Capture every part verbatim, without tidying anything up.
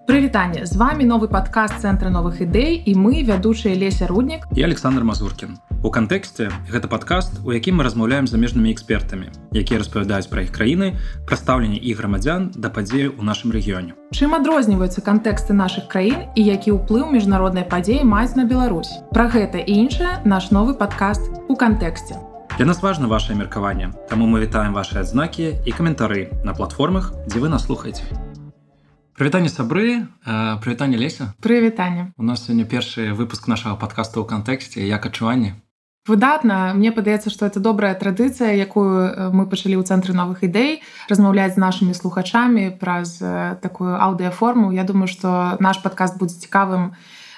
Прывітанне, з вами новы падкаст Цэнтра новых ідэй і мы, вядучыя Леся Руднік і Александр Мазуркін. У кантэксце гэта падкаст, у якім мы размаўляем з замежнымі экспертамі, якія распавядаюць пра іх краіны, пра стаўленне іх грамадзян да падзеяў у нашым рэгіёне. Чым адрозніваюцца кантэксты нашых краін і які ўплыў міжнародныя падзеі маюць на Беларусь? Пра гэта і іншае наш новы падкаст у кантэксце. Для нас важна вашае меркаванне, таму мы вітаем вашы адзнакі і каментары на платформах, дзе вы нас слухаеце. Прывітанне, сябры, прывітанне, Леся. Прывітанне. У нас сёння першы выпуск нашага падкаста ў кантэксце. Як адчуванне? Выдатна. Мне падаецца, што это добрая традыцыя, якую мы пачалі ў Цэнтры новых ідэй, размаўляць з нашымі слухачамі праз такую аўдыаформу. Я думаю, што наш падкаст будзе цікавым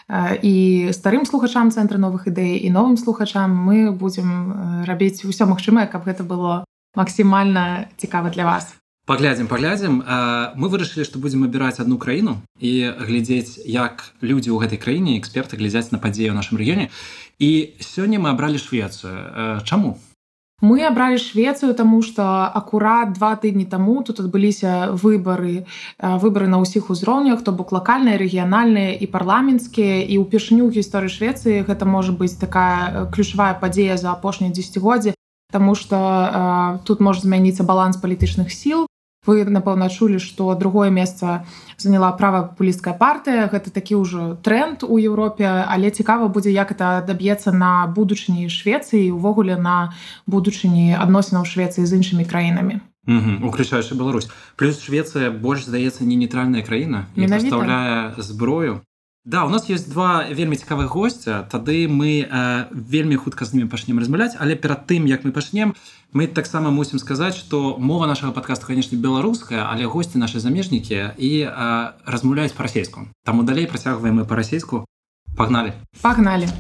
і старым слухачам Цэнтра новых ідэй, і новым слухачам. Мы будзем рабіць усё магчымае, каб гэта было максімальна цікава для вас. Паглядзім, паглядзім. Мы вырашылі, што будзем абіраць адну краіну і глядзець, як людзі ў гэтай краіне, эксперты глядзяць на падзеі ў нашым рэгіёне. І сёння мы абралі Швецыю. Чаму? Мы абралі Швецыю, таму што акурат два тыдні таму тут адбыліся выбары, выбары на ўсіх узроўнях, то бок лакальныя, рэгіянальныя і парламенцкія. І ўпершыню ў гісторыі Швецыі гэта можа быць такая ключавая падзея за апошнія дзесяцігоддзі, таму што э, тут можа змяніцца баланс палітычных сіл. Вы, напэўна, чулі, што другое месца заняла правапапулісцкая партыя. Гэта такі ўжо тренд у Еўропе, але цікава будзе, як это даб'ецца на будучыні Швецыі і ўвогуле на будучыні адносінаў Швецыі з іншымі краінамі. Угу, уключаючы Беларусь. Плюс Швецыя больш, здаецца, не нейтральная краіна і пастаўляе зброю. Да, у нас ёсць два вельмі цікавых госця, тады мы э, вельмі хутка з імі пачнем размаўляць, але перад тым, як мы пачнем, мы таксама мусім сказаць, што мова нашага падкасту, канешне, беларуская, але госці нашы замежнікі і э, размаўляюць па-расейску. Таму далей працягваем мы па-расейску. Погнали! Погнали!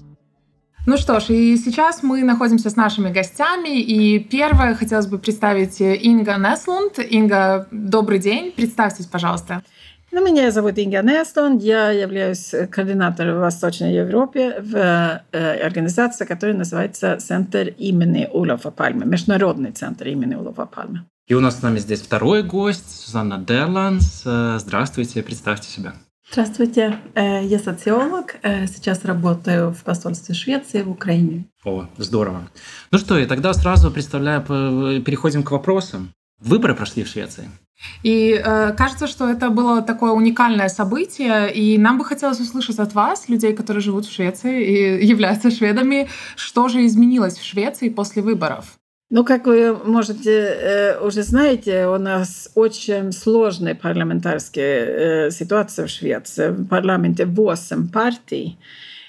Ну что ж, и сейчас мы находимся с нашими гостями, и первое хотелось бы представить Инга Неслунд. Инга, добрый день, представьтесь, пожалуйста. Ну, меня зовут Инга Неслунд, я являюсь координатором в Восточной Европе в э, организации, которая называется Центр имени Олафа Пальме, Международный центр имени Олафа Пальме. И у нас с нами здесь второй гость, Сюзанна Дерланс. Здравствуйте, представьте себя. Здравствуйте, я социолог, сейчас работаю в посольстве Швеции в Украине. О, здорово. Ну что, и тогда сразу представляю, переходим к вопросам. Выборы прошли в Швеции. И э, кажется, что это было такое уникальное событие, и нам бы хотелось услышать от вас, людей, которые живут в Швеции и являются шведами, что же изменилось в Швеции после выборов? Ну, как вы, можете, э, уже знаете, у нас очень сложная парламентарская э, ситуация в Швеции. В парламенте восемь партий,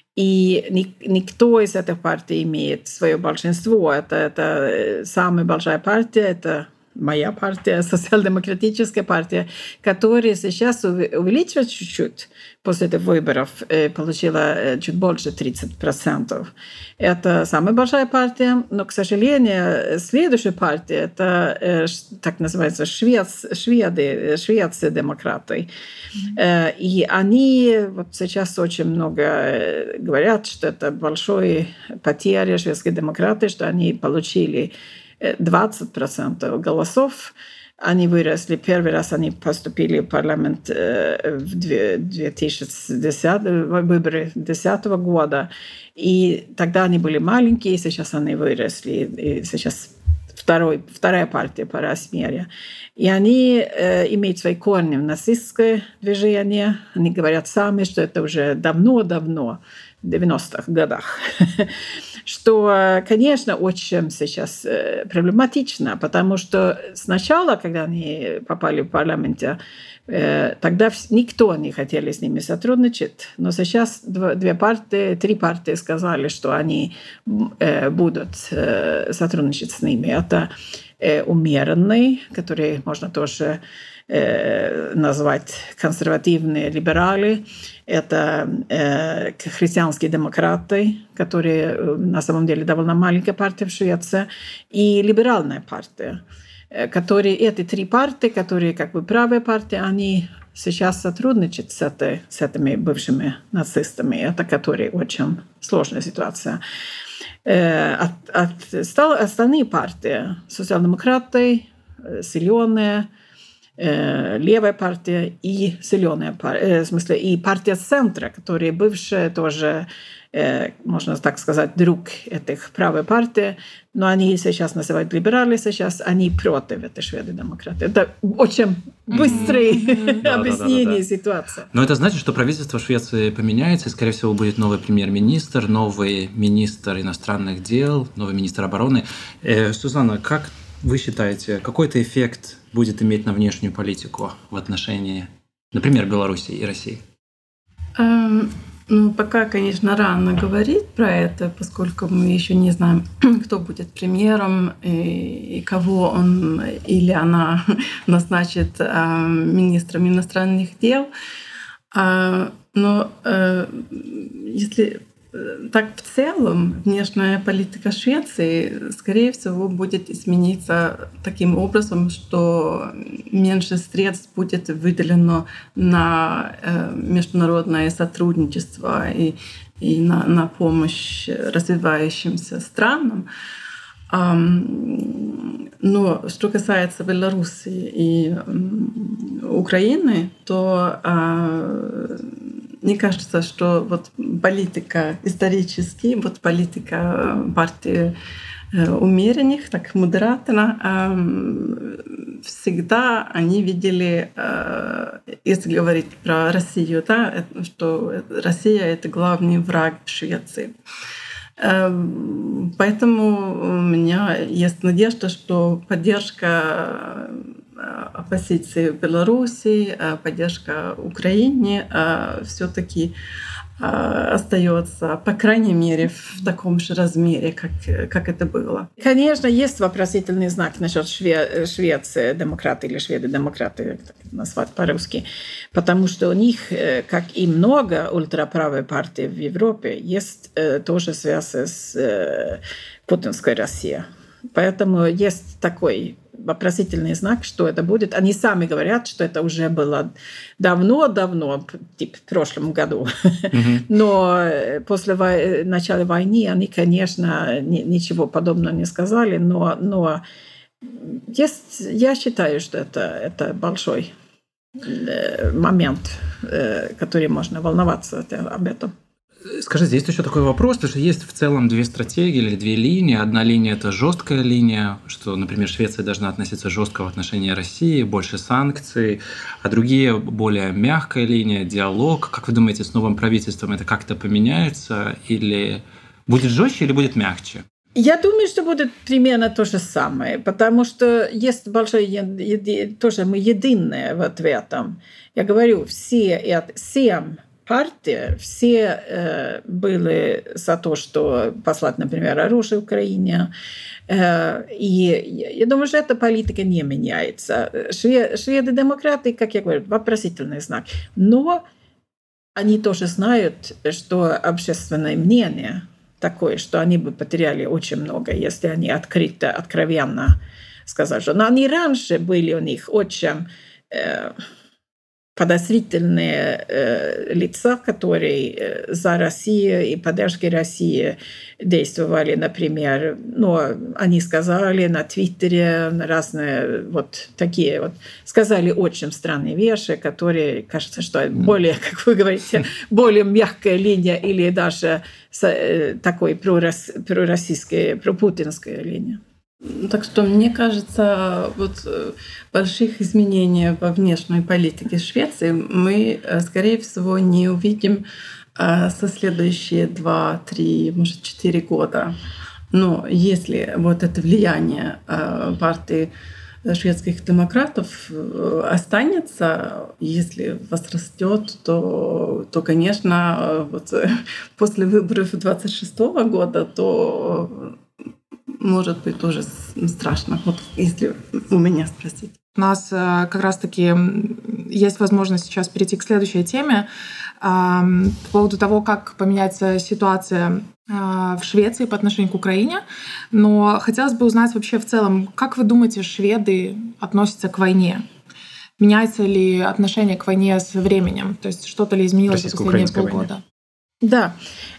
и ни, никто из этих партий имеет свое большинство. Это, это самая большая партия, это моя партия, социал-демократическая партия, которая сейчас увеличилась чуть-чуть после этих выборов, получила чуть больше тридцать процентов. Это самая большая партия, но, к сожалению, следующая партия – это так называется швец, шведы, шведские демократы. Mm-hmm. И они вот сейчас очень много говорят, что это большая потеря шведских демократов, что они получили двадцать процентов голосов. Они выросли, первый раз они поступили в парламент в две тысячи десятом, выборы две тысячи десятого года. И тогда они были маленькие, сейчас они выросли. И сейчас второй, вторая партия по размеру. И они э, имеют свои корни в нацистское движение. Они говорят сами, что это уже давно-давно, в девяностых годах. Что, конечно, очень сейчас проблематично, потому что сначала, когда они попали в парламент, тогда никто не хотел с ними сотрудничать, но сейчас две партии, три партии сказали, что они будут сотрудничать с ними. Это умеренный, который можно тоже назвать консервативные либералы. Это э, христианские демократы, которые на самом деле довольно маленькая партия в Швеции, и либеральная партия, которые, эти три партии, которые как бы правые партии, они сейчас сотрудничают с, этой, с этими бывшими нацистами. Это которые очень сложная ситуация. Э, от, от, остальные партии, социал-демократы, зеленые, э, левая партия и зеленая партия, э, в смысле, и партия центра, которые бывшие тоже, э, можно так сказать, друг этих правой партии, но они сейчас называют либералы, сейчас они против этой шведо-демократии. Это очень быстрое mm-hmm. объяснение ситуации. Но это значит, что правительство Швеции поменяется, и, скорее всего, будет новый премьер-министр, новый министр иностранных дел, новый министр обороны. Э, Сюзанна, как вы считаете, какой-то эффект будет иметь на внешнюю политику в отношении, например, Беларуси и России? Um... Ну, пока, конечно, рано говорить про это, поскольку мы еще не знаем, кто будет премьером и, и кого он или она назначит э, министром иностранных дел. А, но э, если так в целом внешняя политика Швеции, скорее всего, будет измениться таким образом, что меньше средств будет выделено на международное сотрудничество и, и на, на помощь развивающимся странам. Но что касается Беларуси и Украины, то мне кажется, что вот политика исторически, вот политика партии умеренных, так модератно, всегда они видели, если говорить про Россию, да, что Россия — это главный враг Швеции. Поэтому у меня есть надежда, что поддержка оппозиции в Беларуси, поддержка Украине все-таки остается, по крайней мере, в таком же размере, как, как это было. Конечно, есть вопросительный знак насчет Шве- Швеции, демократы или шведы-демократы, как назвать по-русски, потому что у них, как и много ультраправой партий в Европе, есть тоже связь с путинской Россией. Поэтому есть такой вопросительный знак, что это будет. Они сами говорят, что это уже было давно-давно, типа в прошлом году. Mm-hmm. Но после вой... начала войны они, конечно, ничего подобного не сказали, но, но есть, я считаю, что это, это большой момент, который можно волноваться об этом. Скажите, есть еще такой вопрос, потому что есть в целом две стратегии или две линии. Одна линия – это жесткая линия, что, например, Швеция должна относиться жестко в отношении России, больше санкций, а другие – более мягкая линия, диалог. Как вы думаете, с новым правительством это как-то поменяется или будет жестче или будет мягче? Я думаю, что будет примерно то же самое, потому что есть большое, тоже мы единые вот в этом. Я говорю, все семь партии, все э, были за то, что послать, например, оружие Украине. Э, и я думаю, что эта политика не меняется. Шве, шведы-демократы, как я говорю, вопросительный знак. Но они тоже знают, что общественное мнение такое, что они бы потеряли очень много, если они открыто, откровенно сказали, что... Но они раньше были у них очень... Э, подозрительные э, лица, которые э, за Россию и поддержки России действовали, например, ну, они сказали на Твиттере разные вот такие вот, сказали очень странные вещи, которые, кажется, что более, как вы говорите, более мягкая линия или даже э, такой пророссийская, пропутинская линия. Так что, мне кажется, вот больших изменений во внешней политике Швеции мы, скорее всего, не увидим со следующие два, три, может, четыре года. Но если вот это влияние партии шведских демократов останется, если возрастет, то, то, конечно, вот после выборов двадцать шестого года, то может быть тоже страшно, вот если у меня спросить. У нас как раз-таки есть возможность сейчас перейти к следующей теме по поводу того, как поменяется ситуация в Швеции по отношению к Украине. Но хотелось бы узнать вообще в целом, как вы думаете, шведы относятся к войне? Меняется ли отношение к войне с временем? То есть что-то ли изменилось за последние полгода? Да.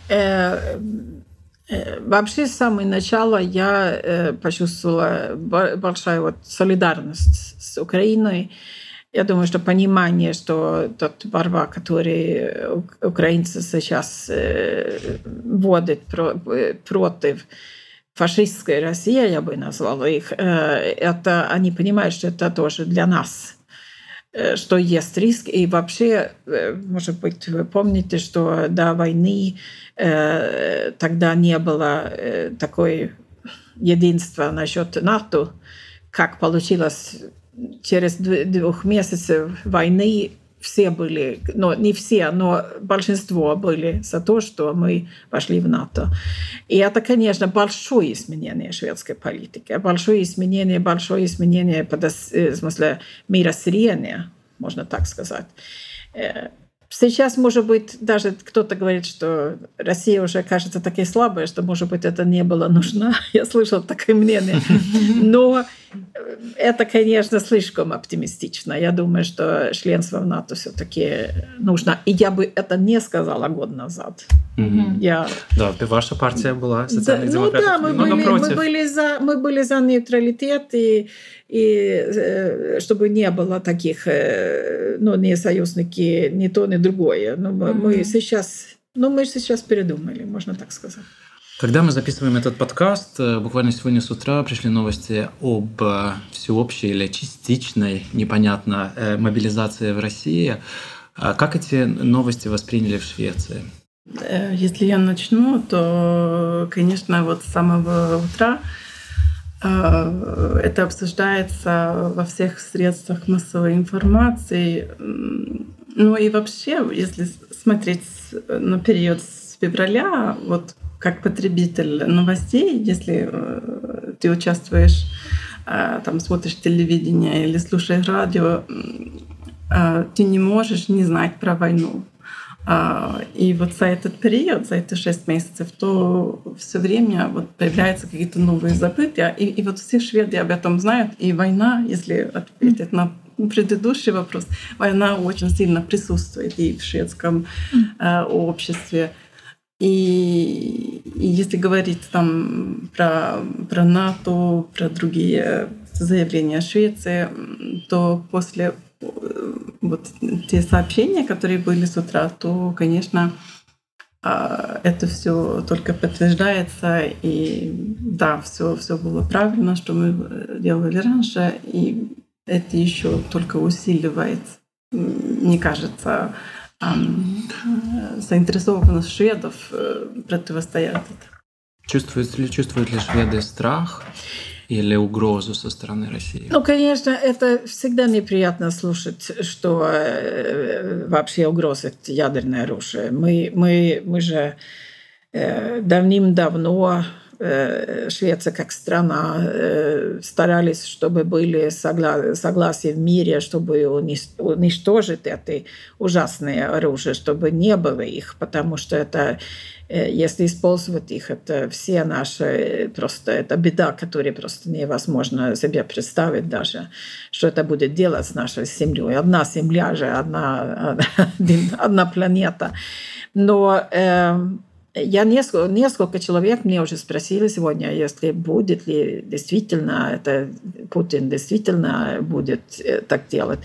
Вообще, с самого начала я почувствовала большую вот солидарность с Украиной. я думаю, что понимание, что тот борьба, который украинцы сейчас вводят против фашистской России, я бы назвала их, это они понимают, что это тоже для нас, что есть риск. И вообще, может быть, вы помните, что до войны тогда не было такой единства насчет НАТО, как получилось через двух месяцев войны. Все были, ну, не все, но большинство были за то, что мы пошли в НАТО. И это, конечно, большое изменение шведской политики, большое изменение, большое изменение в смысле мирозрения, можно так сказать. Сейчас, может быть, даже кто-то говорит, что Россия уже кажется такой слабой, что, может быть, это не было нужно. Я слышала такое мнение. Но это, конечно, слишком оптимистично. Я думаю, что членство в НАТО все-таки нужно. И я бы это не сказала год назад. Mm-hmm. Я... Да, ваша партия была социальных да, демократов. Ну да, мы были, мы, были за, мы были за нейтралитет, и, и чтобы не было таких, ну, не союзники, ни то, ни другое. Но мы, mm-hmm. мы сейчас, ну, мы сейчас передумали, можно так сказать. Когда мы записываем этот подкаст, буквально сегодня с утра пришли новости об всеобщей или частичной, непонятно, мобилизации в России. Как эти новости восприняли в Швеции? Если я начну, то, конечно, вот с самого утра это обсуждается во всех средствах массовой информации. Ну и вообще, если смотреть на период с февраля, вот как потребитель новостей, если ты участвуешь, там, смотришь телевидение или слушаешь радио, ты не можешь не знать про войну. И вот за этот период, за эти шесть месяцев, то все время вот появляются какие-то новые события. И, и вот все шведы об этом знают. И война, если ответить на предыдущий вопрос, война очень сильно присутствует и в шведском э, обществе. И, и если говорить там про, про НАТО, про другие заявления Швеции, то после вот те сообщения, которые были с утра, то, конечно, это все только подтверждается. И да, все, все было правильно, что мы делали раньше, и это еще только усиливает, мне кажется, заинтересованность шведов противостоять этому. Чувствуют ли, чувствуют ли шведы страх или угрозу со стороны России? Ну, конечно, это всегда неприятно слушать, что вообще угрозит ядерное оружие. Мы, мы, мы же давным-давно, Швеция как страна, старались, чтобы были согла- согласия в мире, чтобы уничтожить это ужасное оружие, чтобы не было их, потому что это, если использовать их, это все наши, просто это беда, которую просто невозможно себе представить даже, что это будет делать с нашей Землей. Одна Земля же, одна, одна планета. Но Я несколько, несколько человек мне уже спросили сегодня, если будет ли действительно это Путин действительно будет так делать.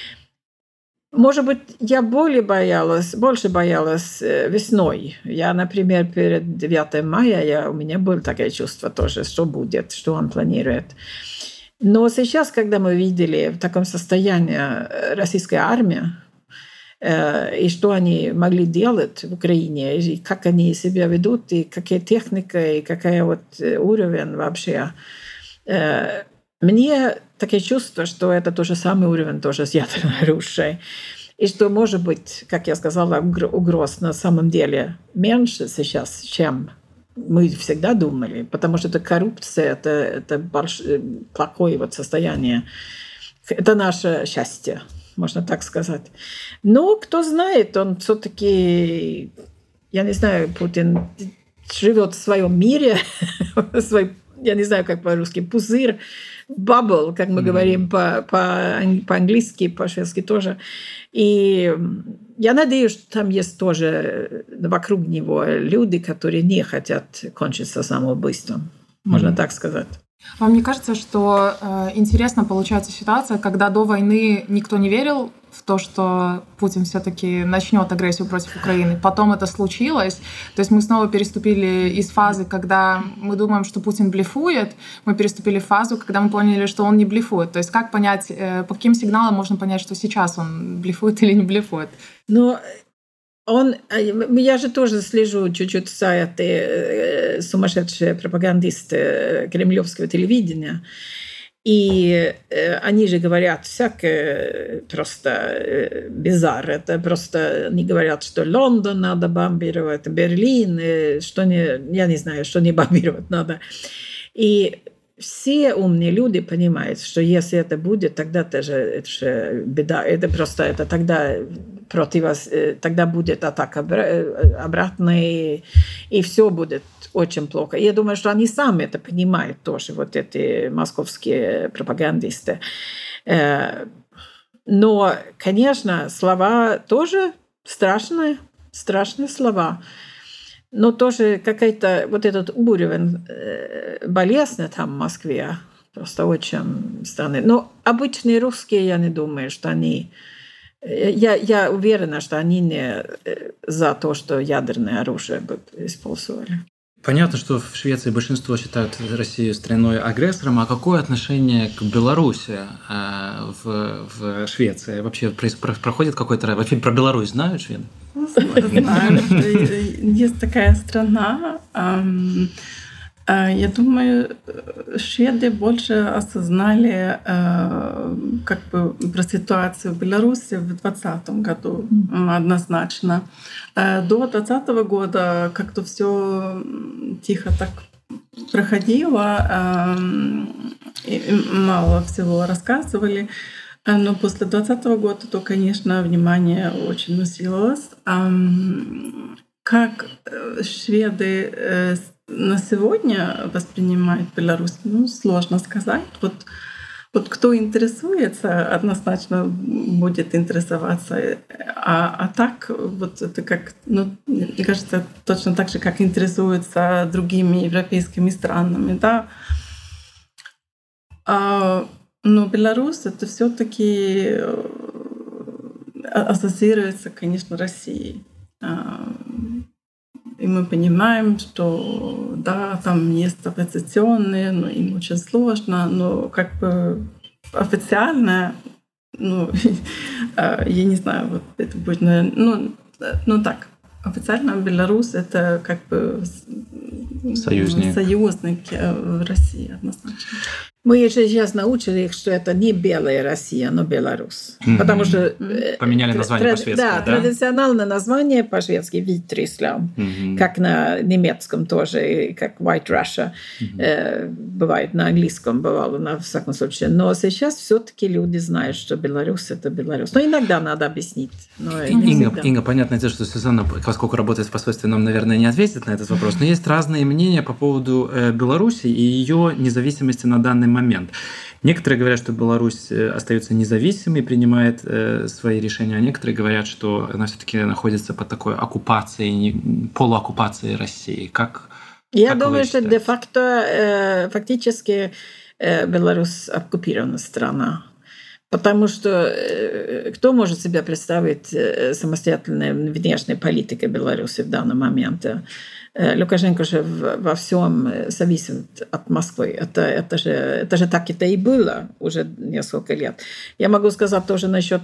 Может быть, я более боялась, больше боялась весной. Я, например, перед девятого мая я, у меня было такое чувство тоже, что будет, что он планирует. Но сейчас, когда мы видели в таком состоянии российская армия, и что они могли делать в Украине, и как они себя ведут, и какая техника, и какая вот уровень вообще. Мне такое чувство, что это тот же самый уровень тоже с ядерной оружием. И что, может быть, как я сказала, угроз на самом деле меньше сейчас, чем мы всегда думали, потому что это коррупция, это, это большое, плохое вот состояние. Это наше счастье, можно так сказать. Но кто знает, он все-таки, я не знаю, Путин живет в своем мире, свой, я не знаю, как по-русски, пузырь, bubble, как мы mm-hmm. говорим по, по, по-английски, по-шведски тоже. И я надеюсь, что там есть тоже вокруг него люди, которые не хотят кончиться самоубийством, можно mm-hmm. так сказать. Вам не кажется, что э, интересно получается ситуация, когда до войны никто не верил в то, что Путин все-таки начнет агрессию против Украины. Потом это случилось. То есть мы снова переступили из фазы, когда мы думаем, что Путин блефует, мы переступили в фазу, когда мы поняли, что он не блефует. То есть как понять, э, по каким сигналам можно понять, что сейчас он блефует или не блефует? Ну, он, я же тоже слежу чуть-чуть за этой сумасшедшие пропагандисты кремлевского телевидения. И они же говорят всякое просто бизарр. Это просто они говорят, что Лондон надо бомбировать, Берлин, что не, я не знаю, что не бомбировать надо. И все умные люди понимают, что если это будет, тогда это же, это же беда. Это просто это тогда против, тогда будет атака обратная, и все будет очень плохо. Я думаю, что они сами это понимают тоже, вот эти московские пропагандисты. Но, конечно, слова тоже страшные, страшные слова. Но тоже какой-то вот этот уровень болезни там в Москве просто очень странный. Но обычные русские, я не думаю, что они... Я, я уверена, что они не за то, что ядерное оружие бы использовали. Понятно, что в Швеции большинство считают Россию страной агрессором. А какое отношение к Беларуси э, в, в Швеции? Вообще проходит какой-то... Вообще про Беларусь знают шведы? Знаю, есть такая страна. Я думаю, шведы больше осознали как бы про ситуацию в Беларуси в двадцатом году однозначно. До двадцатого года как-то все тихо так проходило, и мало всего рассказывали. Но после двадцатого года, то, конечно, внимание очень усилилось. Как шведы на сегодня воспринимают Беларусь, ну, сложно сказать. Вот, вот кто интересуется, однозначно будет интересоваться. А, а так, вот это как, ну, мне кажется, точно так же, как интересуются другими европейскими странами, да. А, но Беларусь это все-таки ассоциируется, конечно, Россией. И мы понимаем, что да, там есть оппозиционные, но им очень сложно, но как бы официально, ну, я не знаю, вот это будет, ну, ну так, официально Беларусь это как бы союзник, союзник в России однозначно. Мы еще сейчас научили их, что это не белая Россия, но Беларусь. Mm-hmm. Потому что... Поменяли название тра- по-шведски, да? Да, традиционное название по-шведски Витryssland, mm-hmm. как на немецком тоже, как White Russia. Mm-hmm. Э, бывает на английском, бывало, на всяком случае. Но сейчас все-таки люди знают, что Беларусь – это Беларусь. Но иногда надо объяснить. Но Инга, Инга, понятное дело, что Сюзанна, поскольку работает в посольстве, нам, наверное, не ответит на этот вопрос. Но есть разные мнения по поводу Беларуси и ее независимости на данный момент. момент. Некоторые говорят, что Беларусь остается независимой, принимает э, свои решения, а некоторые говорят, что она все-таки находится под такой оккупацией, полуоккупацией России. Как, Я как думаю, что де-факто э, фактически э, Беларусь оккупированная страна. Потому что э, кто может себе представить э, самостоятельной внешней политикой Беларуси в данный момент? Лукашенко же во всем зависит от Москвы. Это, это, же, это же так это и было уже несколько лет. Я могу сказать тоже насчет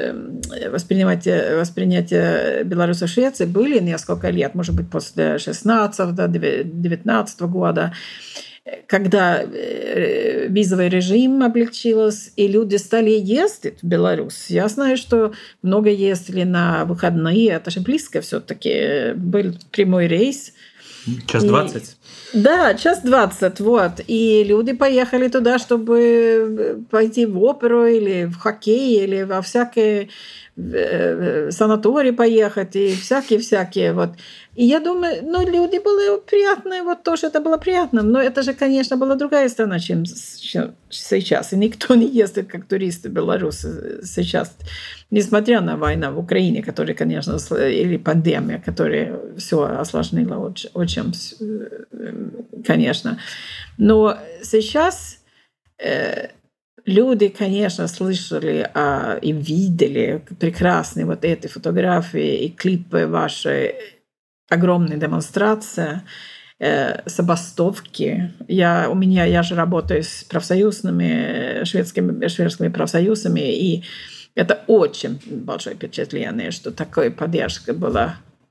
восприятия, воспринятия Беларуси в Швеции. Были несколько лет, может быть, после шестнадцатого, девятнадцатого года, когда визовый режим облегчился, и люди стали ездить в Беларусь. Я знаю, что много ездили на выходные, это же близко все-таки. Был прямой рейс. Час двадцать? Да, час двадцать, вот. И люди поехали туда, чтобы пойти в оперу или в хоккей, или во всякие санатории поехать, и всякие-всякие, вот. И я думаю, ну, люди были приятные, вот тоже это было приятно, но это же, конечно, была другая страна, чем сейчас. И никто не ездит как туристы в Беларусь сейчас. несмотря на войну в Украине, которая, конечно, или пандемия, которая все осложнила очень, очень, конечно. Но сейчас э, люди, конечно, слышали а, и видели прекрасные вот эти фотографии и клипы вашей огромной демонстрации, э, забастовки. Я, у меня, я же работаю с профсоюзными, шведскими, шведскими профсоюзами, и это очень большое впечатление, что такая поддержка была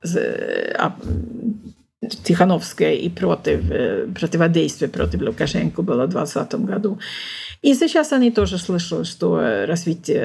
Тихановская и против, противодействие против Лукашенко было в двадцатом году. И сейчас они тоже слышали, что развитие,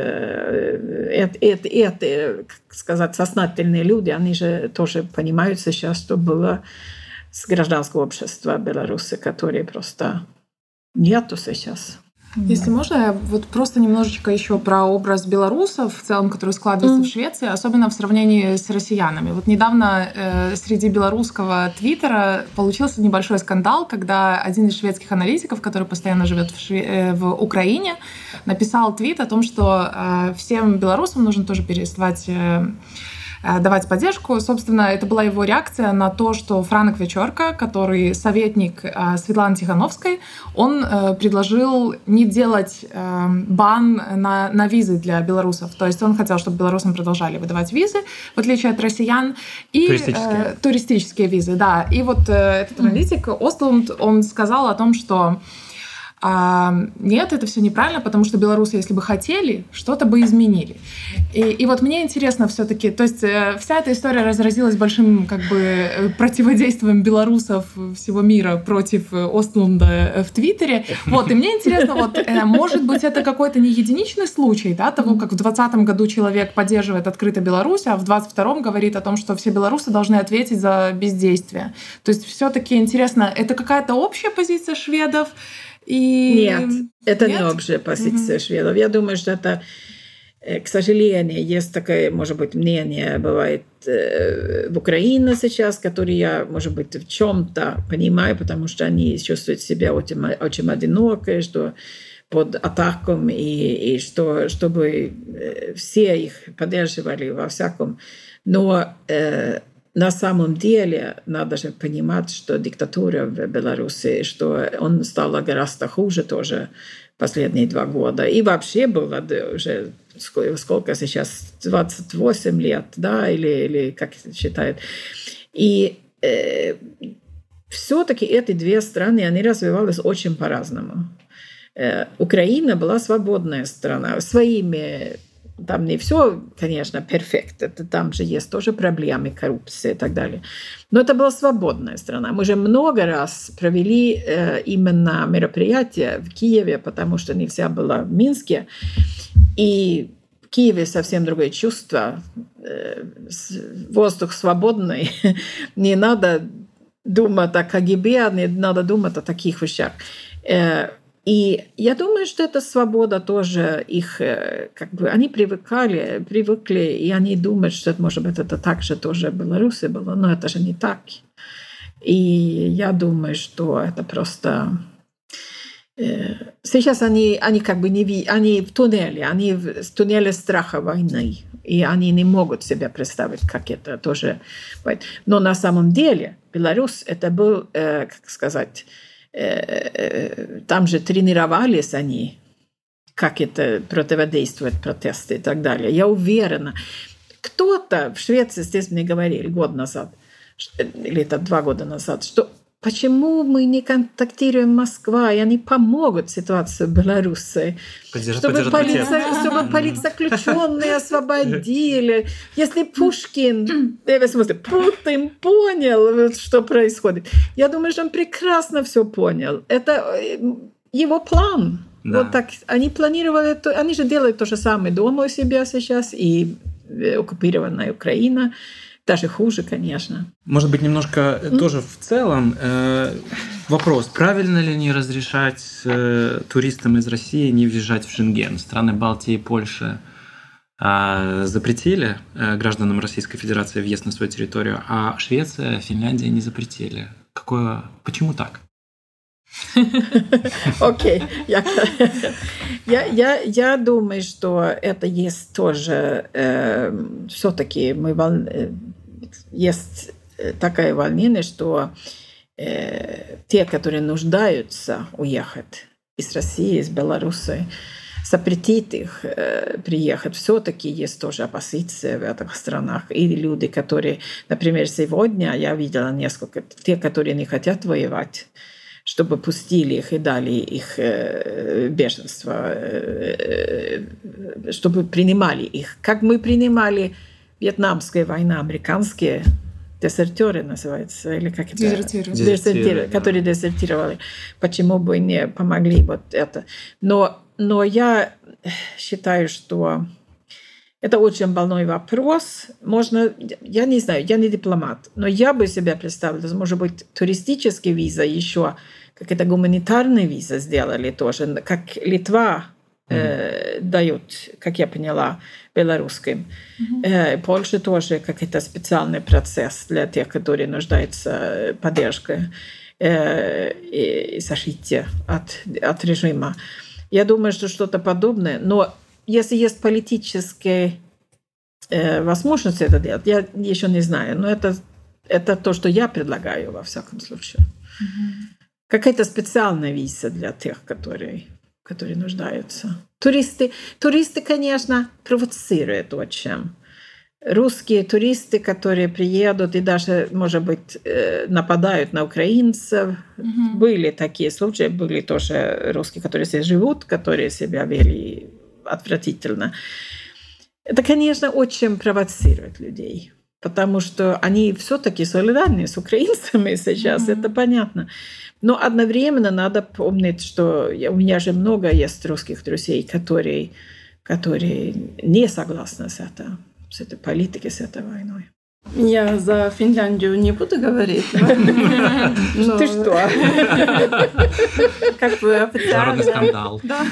это, это, это, как сказать, сознательные люди, они же тоже понимают сейчас, что было с гражданского общества Беларуси, которые просто нету сейчас. Если можно, я вот просто немножечко еще про образ белорусов в целом, который складывается mm. в Швеции, особенно в сравнении с россиянами. Вот недавно э, среди белорусского твиттера получился небольшой скандал, когда один из шведских аналитиков, который постоянно живет в, Шве- э, в Украине, написал твит о том, что э, всем белорусам нужно тоже переставать э, давать поддержку. Собственно, это была его реакция на то, что Франк Вечерка, который советник Светланы Тихановской, он предложил не делать бан на, на визы для белорусов. То есть он хотел, чтобы белорусам продолжали выдавать визы, в отличие от россиян. И, туристические. Э, туристические визы, да. И вот э, этот аналитик Остлунд, он сказал о том, что А нет, это все неправильно, потому что белорусы, если бы хотели, что-то бы изменили. И, и вот мне интересно все-таки, то есть вся эта история разразилась большим как бы противодействием белорусов всего мира против Остлунда в Твиттере. Вот, и мне интересно, вот, может быть, это какой-то не единичный случай, да, того, как в двадцатом году человек поддерживает открыто Беларусь, а в двадцать втором говорит о том, что все белорусы должны ответить за бездействие. То есть все-таки интересно, это какая-то общая позиция шведов? И... Нет, это Нет? не общая позиция mm-hmm. шведов. Я думаю, что это, к сожалению, есть такое, может быть, мнение, бывает в Украине сейчас, которое я, может быть, в чем-то понимаю, потому что они чувствуют себя очень, очень одиноко, что под атаком, и, и что, чтобы все их поддерживали во всяком. Но на самом деле надо же понимать, что диктатура в Беларуси, что он стала гораздо хуже тоже последние два года. И вообще было уже сколько сейчас, двадцать восемь лет, да, или, или как считают. И э, все-таки эти две страны, они развивались очень по-разному. Э, Украина была свободная страна, своими... Там не все, конечно, перфект. Это, там же есть тоже проблемы, коррупция и так далее. Но это была свободная страна. Мы же много раз провели э, именно мероприятия в Киеве, потому что нельзя было в Минске. И в Киеве совсем другое чувство. Э, воздух свободный. Не надо думать о КГБ, не надо думать о таких вещах. Э, И я думаю, что эта свобода тоже их, как бы, они привыкали, привыкли, и они думают, что, может быть, это так же тоже в Беларуси было, но это же не так. И я думаю, что это просто... Сейчас они, они как бы не... Они в туннеле, они в туннеле страха войны, и они не могут себе представить, как это тоже... Но на самом деле Беларусь, это был, как сказать... Там же тренировались они, как это противодействовать протесты и так далее. Я уверена. Кто-то в Швеции, здесь мне говорили год назад, или это два года назад, что почему мы не контактируем Москва, и они помогут ситуации в Беларуси, чтобы, полиция, чтобы политзаключенные освободили. Если Пушкин, в смысле, Путин понял, что происходит, я думаю, что он прекрасно все понял. Это его план. Да. Вот так. Они планировали, они же делают то же самое дома у себя сейчас, и оккупированная Украина. Даже хуже, конечно. Может быть, немножко mm. тоже в целом э, вопрос, правильно ли не разрешать э, туристам из России не въезжать в Шенген? Страны Балтии и Польши э, запретили э, гражданам Российской Федерации въезд на свою территорию, а Швеция, Финляндия не запретили. Какое, почему так? Окей. Я, я, я думаю, что это есть тоже э, все-таки мы волн... есть такая волнение, что э, те, которые нуждаются уехать из России, из Беларуси, запретить их э, приехать. Все-таки есть тоже оппозиция в этих странах. И люди, которые, например, сегодня я видела несколько, те, которые не хотят воевать, чтобы пустили их и дали их э, беженство, э, чтобы принимали их. Как мы принимали Вьетнамская война, американские дезертиры называется, или как это? Дезертиры. Дезертиры, да. Которые дезертировали. Почему бы не помогли вот это? Но, но я считаю, что это очень больной вопрос. Можно, я не знаю, я не дипломат, но я бы себе представила, может быть, туристические виза еще, как это гуманитарные виза сделали тоже, как Литва э, mm-hmm. дают, как я поняла, белорусским. Mm-hmm. Э, Польша тоже как это специальный процесс для тех, которые нуждаются в поддержке э, и защите от, от режима. Я думаю, что что-то подобное, но если есть политические э, возможности это делать, я еще не знаю, но это, это то, что я предлагаю во всяком случае. Mm-hmm. Какая-то специальная виза для тех, которые, которые нуждаются. Туристы, туристы, конечно, провоцируют очень. Русские туристы, которые приедут и даже, может быть, нападают на украинцев. Mm-hmm. Были такие случаи, были тоже русские, которые здесь живут, которые себя вели отвратительно. Это, конечно, очень провоцирует людей, потому что они все-таки солидарны с украинцами сейчас, mm-hmm. это понятно. Но одновременно надо помнить, что у меня же много есть русских друзей, которые, которые не согласны с, это, с этой политикой, с этой войной. Я за Финляндию не буду говорить. Ты что? Как бы официально... Народный скандал. Да.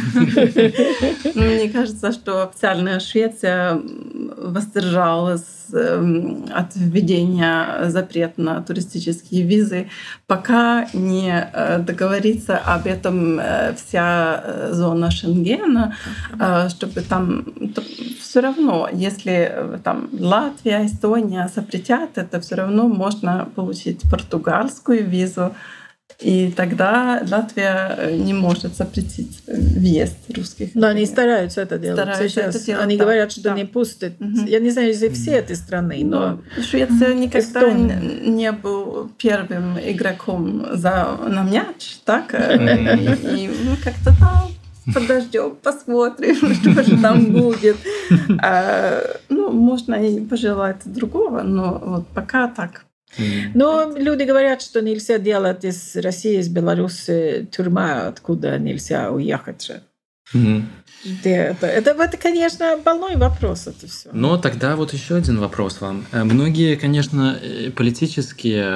Мне кажется, что официальная Швеция воздержалась от введения запрета на туристические визы, пока не договорится об этом вся зона Шенгена, чтобы там все равно, если там Латвия, Эстония запретят, это все равно можно получить португальскую визу, и тогда Латвия не может запретить въезд русских. Но они стараются это делать стараются сейчас. Это делать, они да, говорят, что да. не пустят. Угу. Я не знаю, если все этой страны, но... но Швеция никогда Эстония. не был первым игроком за, на мяч, так? И, и мы как-то там подождем, посмотрим, что же там будет. А, ну, можно и пожелать другого, но вот пока так. Но люди говорят, что нельзя делать из России, из Беларуси тюрьма, откуда нельзя уехать же. Mm-hmm. Это, это, это, конечно, больной вопрос, это все. Но тогда вот еще один вопрос вам. Многие, конечно, политические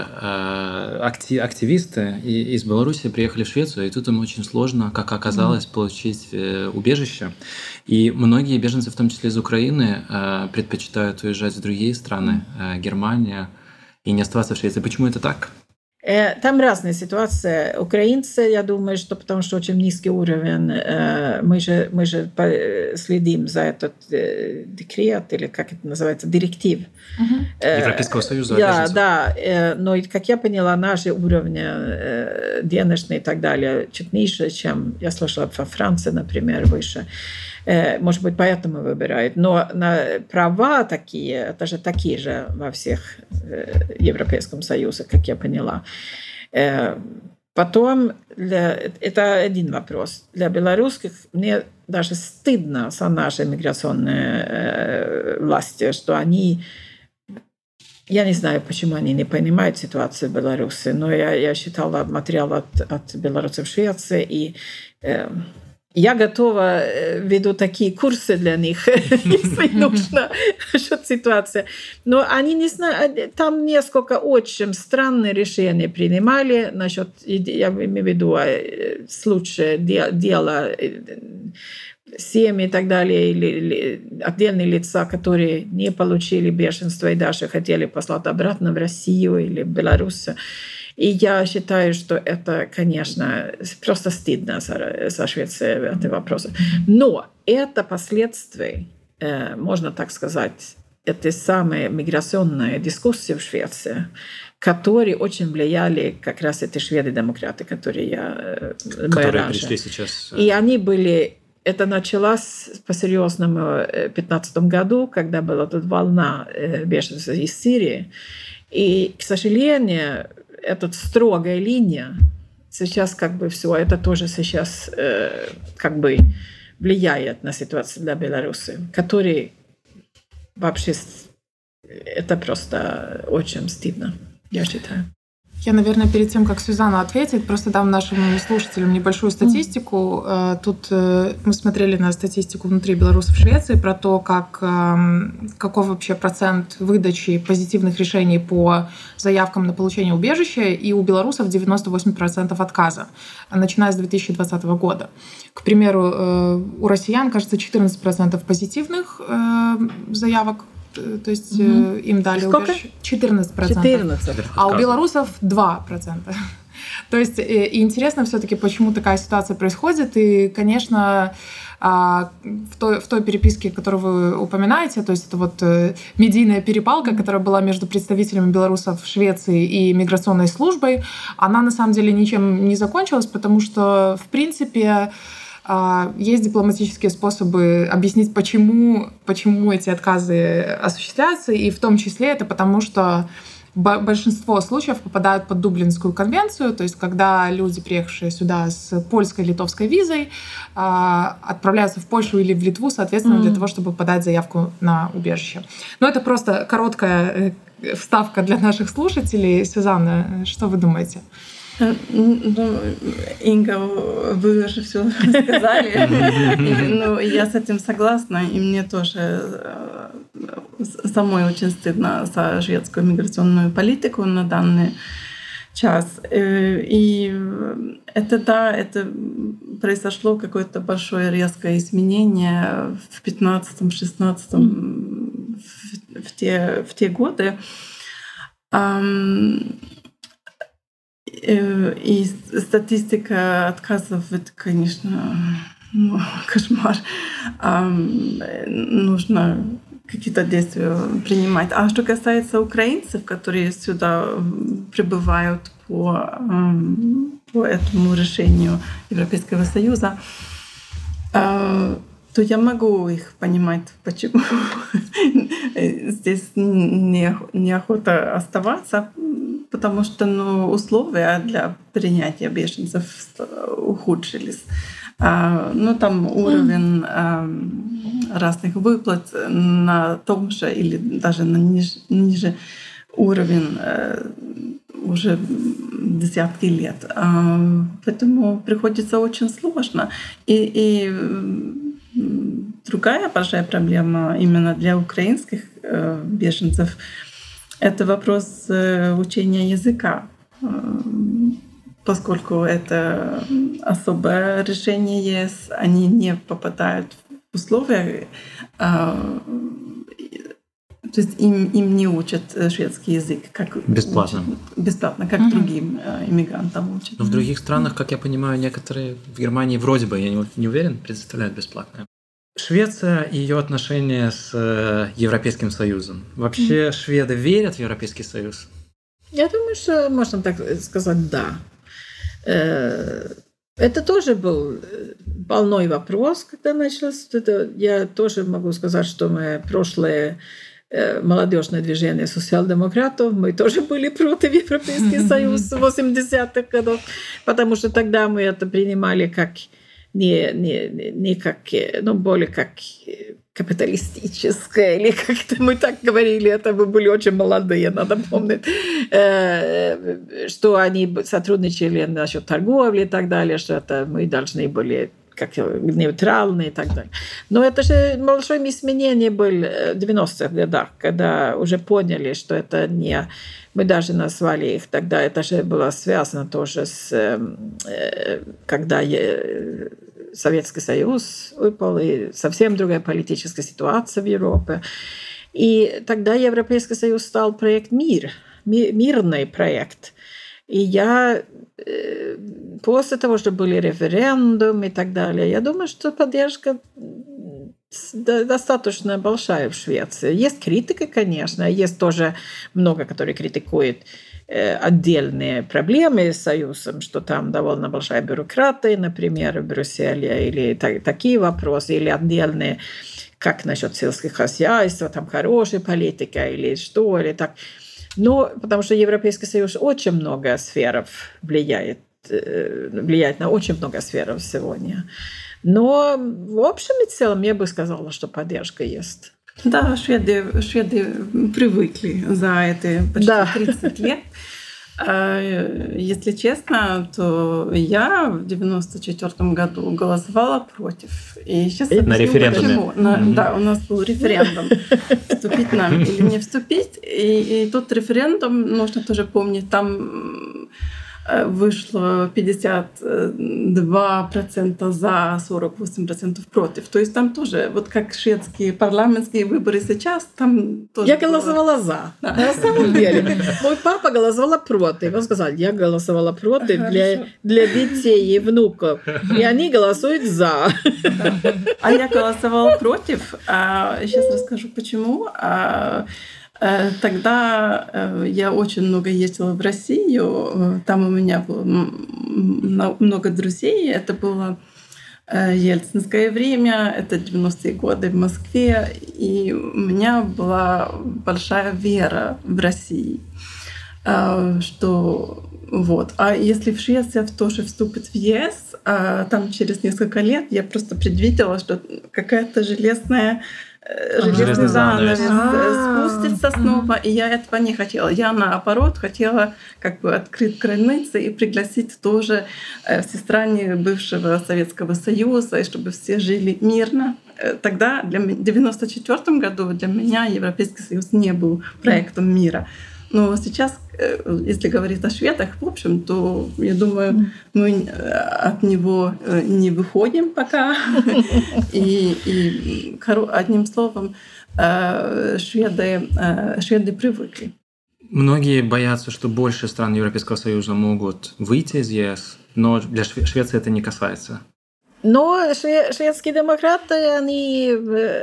активисты из Беларуси приехали в Швецию, и тут им очень сложно, как оказалось, mm-hmm. получить убежище. И многие беженцы, в том числе из Украины, предпочитают уезжать в другие страны, Германия, и не оставаться в Швеции. Почему это так? Там разная ситуация. Украинцы, я думаю, что потому что очень низкий уровень, мы же, мы же следим за этот декрет, или как это называется, директив. Угу. Европейского Союза. Да, да. Но, как я поняла, наши уровни денежные и так далее чуть ниже, чем я слышала во Франции, например, выше. Может быть, поэтому выбирают. Но на права такие, это же такие же во всех Европейском Союзе, как я поняла. Потом, для, это один вопрос. Для белорусских мне даже стыдно за наши миграционные власти, что они... Я не знаю, почему они не понимают ситуацию в Беларуси, но я, я читала материал от, от белорусов в Швеции, и... Я готова, веду такие курсы для них, если нужно, что-то ситуация. Но они не знают, там несколько очень странные решения принимали насчет, я имею в виду, случая дела семьи и так далее, или отдельные лица, которые не получили беженство и даже хотели послать обратно в Россию или в Беларусь. И я считаю, что это, конечно, просто стыдно за, за Швецию эти вопросы. Но это последствия, можно так сказать, этой самой миграционной дискуссии в Швеции, которые очень влияли как раз эти шведы-демократы, которые я которые пришли сейчас. И они были... Это началось по-серьезному в две тысячи пятнадцатом году, когда была тут волна беженцев из Сирии. И, к сожалению, эта строгая линия сейчас как бы все это тоже сейчас как бы влияет на ситуацию для Беларуси, который вообще это просто очень стыдно, я считаю. Я, наверное, перед тем, как Сюзанна ответит, просто дам нашим слушателям небольшую статистику. Тут мы смотрели на статистику внутри белорусов в Швеции про то, как, какой вообще процент выдачи позитивных решений по заявкам на получение убежища, и у белорусов девяносто восемь процентов отказа, начиная с две тысячи двадцатого года. К примеру, у россиян, кажется, четырнадцать процентов позитивных заявок, то есть угу. им дали Сколько? убежище. четырнадцать процентов. четырнадцать. А у белорусов два процента. То есть и интересно все-таки, почему такая ситуация происходит. И, конечно, в той, в той переписке, которую вы упоминаете, то есть это вот медийная перепалка, которая была между представителями белорусов в Швеции и миграционной службой, она на самом деле ничем не закончилась, потому что, в принципе, есть дипломатические способы объяснить, почему, почему эти отказы осуществляются, и в том числе это потому, что большинство случаев попадают под Дублинскую конвенцию, то есть когда люди, приехавшие сюда с польской, литовской визой, отправляются в Польшу или в Литву, соответственно, mm-hmm. для того, чтобы подать заявку на убежище. Но это просто короткая вставка для наших слушателей. Сюзанна, что вы думаете? Ну, Инга, вы уже все сказали. Ну, я с этим согласна, и мне тоже самой очень стыдно за шведскую миграционную политику на данный час. И это, да, это произошло какое-то большое резкое изменение в пятнадцатом-шестнадцатом, в те, в те годы. И статистика отказов — это, конечно, ну, кошмар. Нужно какие-то действия принимать. А что касается украинцев, которые сюда прибывают по, по этому решению Европейского Союза, то я могу их понимать, почему здесь неохота оставаться, потому что ну, условия для принятия беженцев ухудшились. Ну, там уровень разных выплат на том же или даже на ниж, ниже уровень уже десятки лет. Поэтому приходится очень сложно. И, и другая большая проблема именно для украинских беженцев — это вопрос учения языка, поскольку это особое решение ЕС, они не попадают в условия, то есть им, им не учат шведский язык как бесплатно, учат, бесплатно, как mm-hmm. другим иммигрантам учат. Но в других странах, как я понимаю, некоторые в Германии вроде бы, я не, не уверен, предоставляют бесплатно. Швеция и ее отношения с Европейским Союзом. Вообще mm-hmm. шведы верят в Европейский Союз? Я думаю, что можно так сказать, да. Это тоже был больной вопрос, когда началось. Это я тоже могу сказать, что мы прошлое молодежное движение социал-демократов, мы тоже были против Европейского Союза восьмидесятых годов, потому что тогда мы это принимали как не, не, не как, ну, более как капиталистическое, или как-то мы так говорили, это мы были очень молодые, надо помнить, что они сотрудничали насчет торговли и так далее, что это мы должны были как нейтральные и так далее. Но это же большое изменение было в девяностых годах, когда уже поняли, что это не... Мы даже назвали их тогда, это же было связано тоже с... Когда Советский Союз выпал, и совсем другая политическая ситуация в Европе. И тогда Европейский Союз стал проект «Мир», мирный проект. И я после того, что были референдумы и так далее, я думаю, что поддержка достаточно большая в Швеции. Есть критика, конечно, есть тоже много, которые критикуют отдельные проблемы с Союзом, что там довольно большая бюрократия, например, в Брюсселе, или такие вопросы, или отдельные, как насчет сельского хозяйства, там хорошая политика, или что, или так. Но потому что Европейский Союз очень много сфер влияет, влияет на очень много сфер сегодня. Но в общем и целом я бы сказала, что поддержка есть. Да, шведы, шведы привыкли за эти почти да. тридцать лет. Если честно, то я в девяносто четвёртом году голосовала против. И сейчас на референдуме. На, mm-hmm. Да, у нас был референдум, вступить нам или не вступить. И, и тот референдум, нужно тоже помнить, там вышло пятьдесят два процента за, сорок восемь процентов против. То есть там тоже, вот как шведские парламентские выборы сейчас, там тоже... Я голосовала за. Да. На самом деле. Мой папа голосовал против. Он сказал, я голосовала против для, для детей и внуков. И они голосуют за. Да. А я голосовала против. А сейчас расскажу, почему. А тогда я очень много ездила в Россию. Там у меня было много друзей. Это было ельцинское время, это девяностые годы в Москве. И у меня была большая вера в Россию, что вот. А если в Швеция тоже вступит в ЕС, там через несколько лет я просто предвидела, что какая-то железная железный занавес спустится снова, и я этого не хотела. Я, наоборот, хотела как бы открыть границы и пригласить тоже все страны бывшего Советского Союза, и чтобы все жили мирно. Тогда, для, в девяносто четвёртом году, для меня Европейский Союз не был проектом мира. Но сейчас, если говорить о шведах, в общем, то, я думаю, мы от него не выходим пока. И, и одним словом, шведы, шведы привыкли. Многие боятся, что больше стран Европейского Союза могут выйти из ЕС, но для Швеции это не касается. Но шведские демократы, они...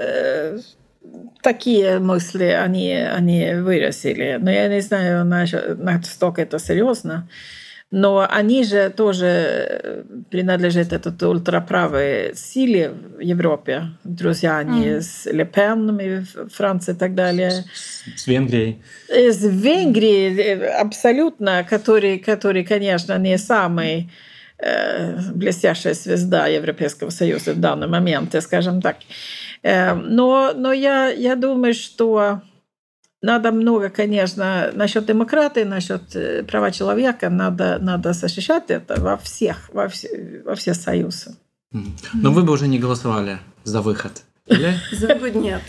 Такие мысли они, они выразили. Но я не знаю, насколько это серьезно. Но они же тоже принадлежат этой ультраправой силе в Европе. Друзья они mm. с Ле Пен, в Франции и так далее. С Венгрией. С Венгрией абсолютно, который, который, конечно, не самый блестящая звезда Европейского Союза в данный момент, скажем так. Но, но я, я думаю, что надо много, конечно, насчет демократии, насчет права человека, надо, надо защищать это во всех, во, все, во все союзы. Но вы бы уже не голосовали за выход, или? За выход нет.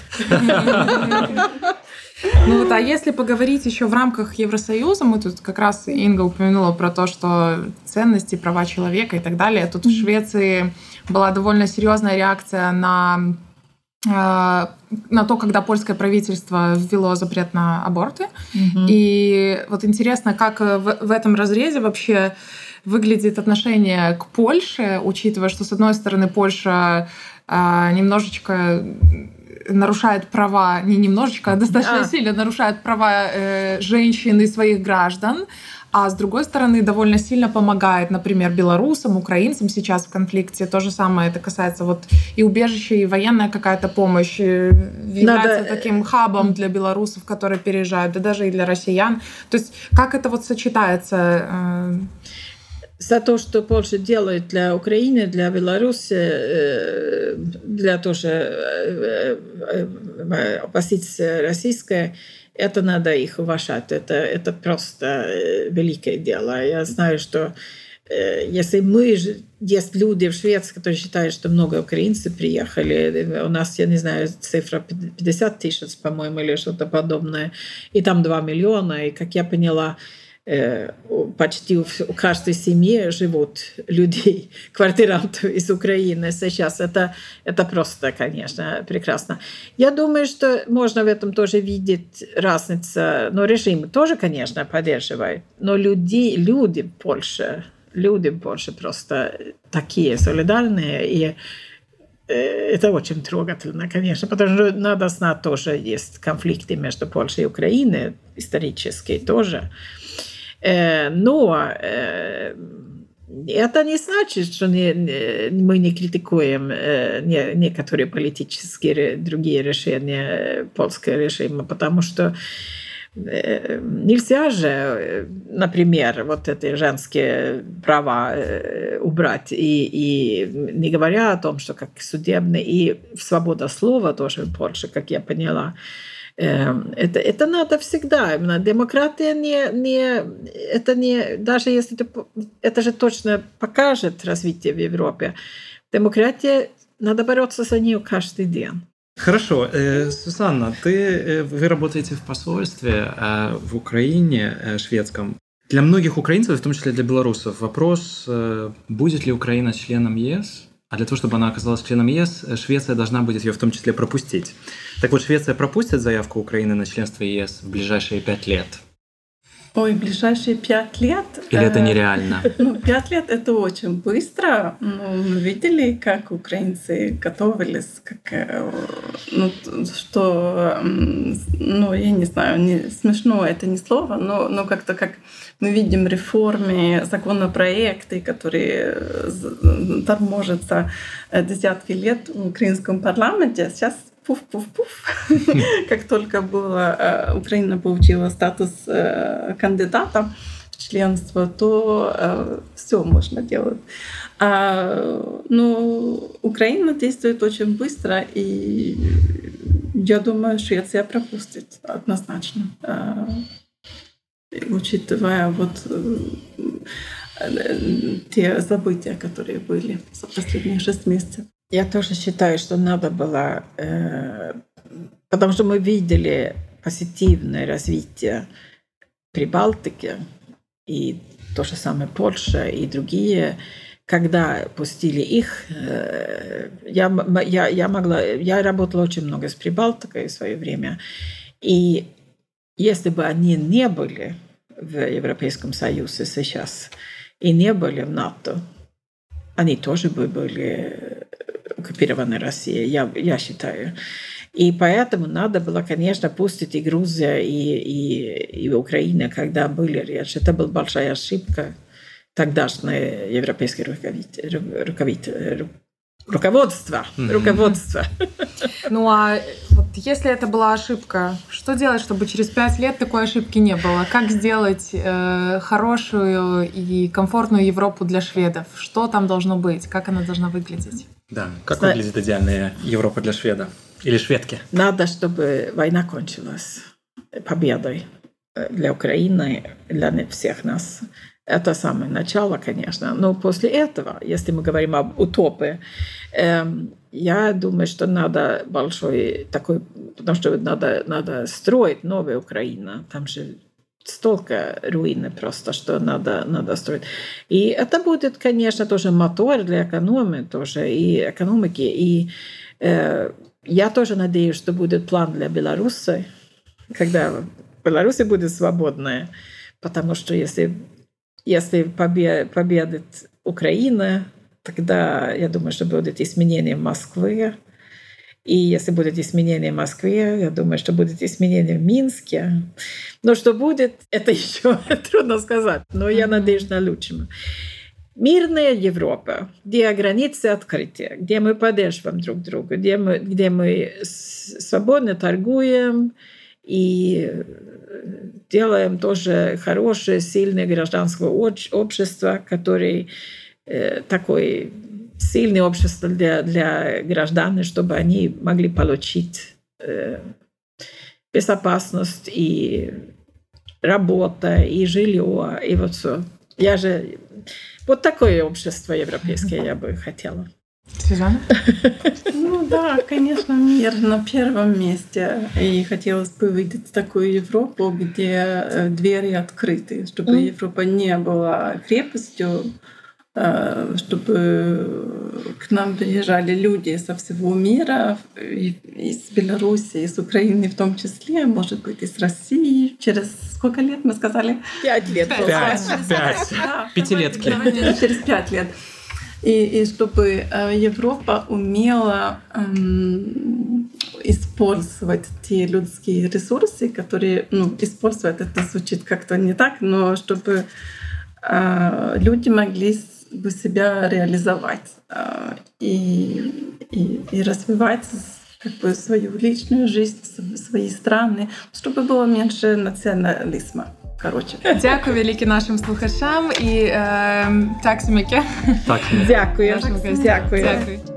Ну вот, а если поговорить еще в рамках Евросоюза, мы тут как раз Инга упомянула про то, что ценности, права человека и так далее. Тут в Швеции была довольно серьезная реакция на на то, когда польское правительство ввело запрет на аборты. Mm-hmm. И вот интересно, как в, в этом разрезе вообще выглядит отношение к Польше, учитывая, что, с одной стороны, Польша а, немножечко нарушает права, не немножечко, а достаточно а. сильно нарушает права э, женщин и своих граждан, а с другой стороны довольно сильно помогает, например, белорусам, украинцам сейчас в конфликте. То же самое это касается вот и убежища, и военная какая-то помощь является Надо... таким хабом для белорусов, которые переезжают, да даже и для россиян. То есть как это вот сочетается? За то, что Польша делает для Украины, для Беларуси, для тоже оппозиции российской, это надо их уважать. Это, это просто великое дело. Я знаю, что если мы... Есть люди в Швеции, которые считают, что много украинцев приехали. У нас, я не знаю, цифра пятьдесят тысяч, по-моему, или что-то подобное. И там два миллиона. И, как я поняла, почти в каждой семье живут люди, квартиранты из Украины сейчас. Это, это просто, конечно, прекрасно. Я думаю, что можно в этом тоже видеть разницу. Но режим тоже, конечно, поддерживает. Но люди, люди в Польше, люди в Польше просто такие солидарные. И это очень трогательно, конечно, потому что надо знать, тоже есть конфликты между Польшей и Украиной, исторические тоже. Но это не значит, что мы не критикуем некоторые политические другие решения польского режима, потому что нельзя же, например, вот эти женские права убрать, и, и не говоря о том, что как судебные, и свобода слова тоже в Польше, как я поняла, Это, это надо всегда. Демократия не, не, это не, даже если это, это же точно покажет развитие в Европе. Демократия, надо бороться за нее каждый день. Хорошо. Сусанна, ты, вы работаете в посольстве в Украине шведском. Для многих украинцев, в том числе для белорусов, вопрос, будет ли Украина членом ЕС? А для того, чтобы она оказалась членом ЕС, Швеция должна будет ее в том числе пропустить. Так вот, Швеция пропустит заявку Украины на членство ЕС в ближайшие пять лет? Ой, ближайшие пять лет? Или это нереально? Ну, пять лет — это очень быстро. Ну, мы видели, как украинцы готовились, как, ну, что, ну, я не знаю, не, смешно это не слово, но, но как-то как мы видим реформы, законопроекты, которые торможатся десятки лет в украинском парламенте, сейчас пуф-пуф-пуф. Как только была, Украина получила статус кандидата в членство, то все можно делать. Но Украина действует очень быстро, и я думаю, Швеция пропустит однозначно, учитывая вот те события, которые были за последние шесть месяцев. Я тоже считаю, что надо было, э, потому что мы видели позитивное развитие Прибалтики, и то же самое Польша и другие, когда пустили их. Э, я, я, я, могла, я работала очень много с Прибалтикой в свое время, и если бы они не были в Европейском Союзе сейчас и не были в НАТО, они тоже бы были оккупированы Россией, я, я считаю. И поэтому надо было, конечно, пустить и Грузия, и, и, и Украина, когда были речь. Это была большая ошибка тогдашнее европейское руководство. руководство, руководство. Mm-hmm. руководство. Ну а вот если это была ошибка, что делать, чтобы через пять лет такой ошибки не было? Как сделать э, хорошую и комфортную Европу для шведов? Что там должно быть? Как она должна выглядеть? Да, как Зна... выглядит идеальная Европа для шведа? Или шведки? Надо, чтобы война кончилась победой для Украины, для всех нас. Это самое начало, конечно. Но после этого, если мы говорим об утопии, э, я думаю, что надо большой такой, потому что надо, надо строить новую Украину. Там же столько руины просто, что надо, надо строить. И это будет, конечно, тоже мотор для экономики, тоже и экономики. И э, я тоже надеюсь, что будет план для Беларуси, когда Беларусь будет свободная, потому что если Если победит Украина, тогда, я думаю, что будет изменение в Москве. И если будет изменение в Москве, я думаю, что будет изменение в Минске. Но что будет, это еще трудно сказать. Но я надеюсь на лучшее. Мирная Европа, где границы открыты, где мы поддерживаем друг друга, где мы, где мы свободно торгуем и делаем тоже хорошее, сильное гражданское общество, которое э, такое сильное общество для, для граждан, чтобы они могли получить э, безопасность и работу, и жилье, и вот все. Я же... Вот такое общество европейское я бы хотела. Сюзанна? Ну да, конечно, мир на первом месте. И хотелось бы видеть такую Европу, где двери открыты, чтобы mm. Европа не была крепостью, чтобы к нам приезжали люди со всего мира, из Беларуси, из Украины в том числе, может быть, из России. Через сколько лет мы сказали? Пять лет. Пять. Пять. Пять. Да, Пятилетки. Через пять лет. И, и чтобы Европа умела эм, использовать те людские ресурсы, которые, ну, использовать это звучит как-то не так, но чтобы э, люди могли бы себя реализовать э, и, и, и развивать как бы свою личную жизнь, свои страны, чтобы было меньше націоналізму. Коротше. Дякую велике нашим слухачам і е, так, Сім'яке. Так. Дякую. Дякую. Дякую.